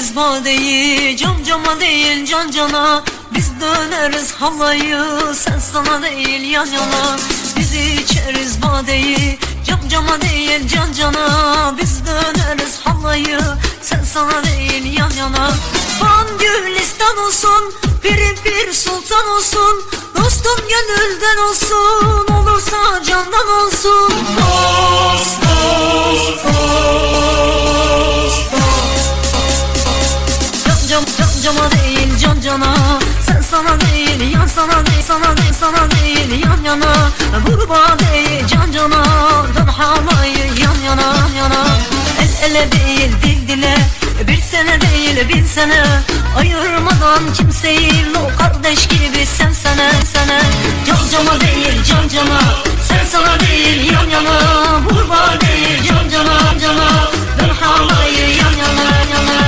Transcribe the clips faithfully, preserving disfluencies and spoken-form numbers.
içeriz badeyi, cam cama değil can cana. Biz döneriz halayı, sen sana değil yan yana. Biz içeriz badeyi, cam cama değil can cana. Biz döneriz halayı, sen sana değil yan yana. Van Gülistan olsun, pirin pir sultan olsun. Dostum gönülden olsun, olursa candan olsun. Dost, dost, dost, dost. Cam cam cama değil can cana. Sen sana değil yan sana değil, sana değil sana değil yan yana. Kurba değil can cana, dön halayı yan yana yana. El ele değil dil dile, bir sene değil bin sene. Ayırmadan kimseyi, o kardeş gibi sen sana sana. Can cama değil can cana, sen sana değil yan yana. Kurba değil can cana cana, dön halayı yan yana yana.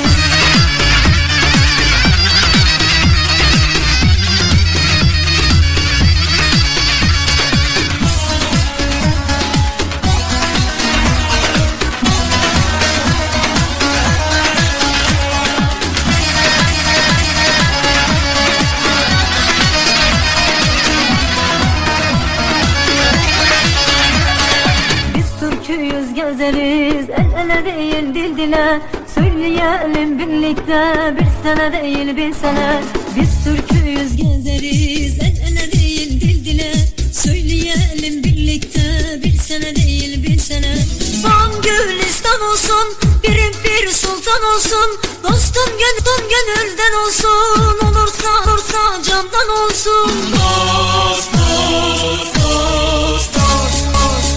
Türküyüz gezeriz, el ele değil dil dile. Söyleyelim birlikte, bir sene değil bin sene. Biz türküyüz gezeriz, el ele değil dil dile. Söyleyelim birlikte, bir sene değil bin sene. Van Gülistan olsun, pirin pir sultan olsun. Dostum gönlüm gönülden olsun, olursa olursa candan olsun. Dost, dost, dost, dost.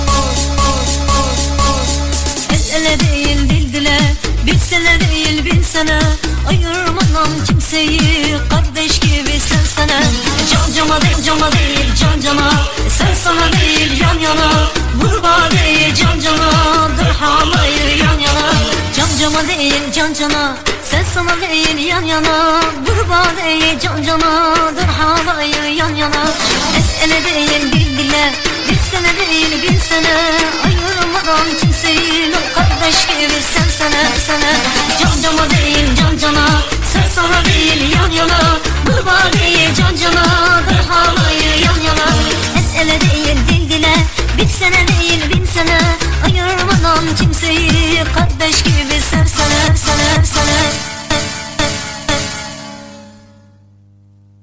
El değil dil dile, bir sene değil bin sene. Ayırmadan kimseyi, kardeş gibi sen sana. Can cama değil cama değil can cana, sen sana değil yan yana. Kurba değil can cana, dur halayı yan yana. Can cama değil can cana, sen sana değil yan yana. Kurba değil can cana, dur halayı yan yana. El ele değil dil dile, bir sene değil bin sene. Ayırmadan kimseyi, o kardeş gibi sen sana sana. Can cama değil can cana, sen sana değil yan yana. Kurba değil can cana, dur halayı yan yana. El ele değil dil dile, bir sene değil bin sene. Ayırmadan kimseyi, kardeş gibi sen sana sana sana.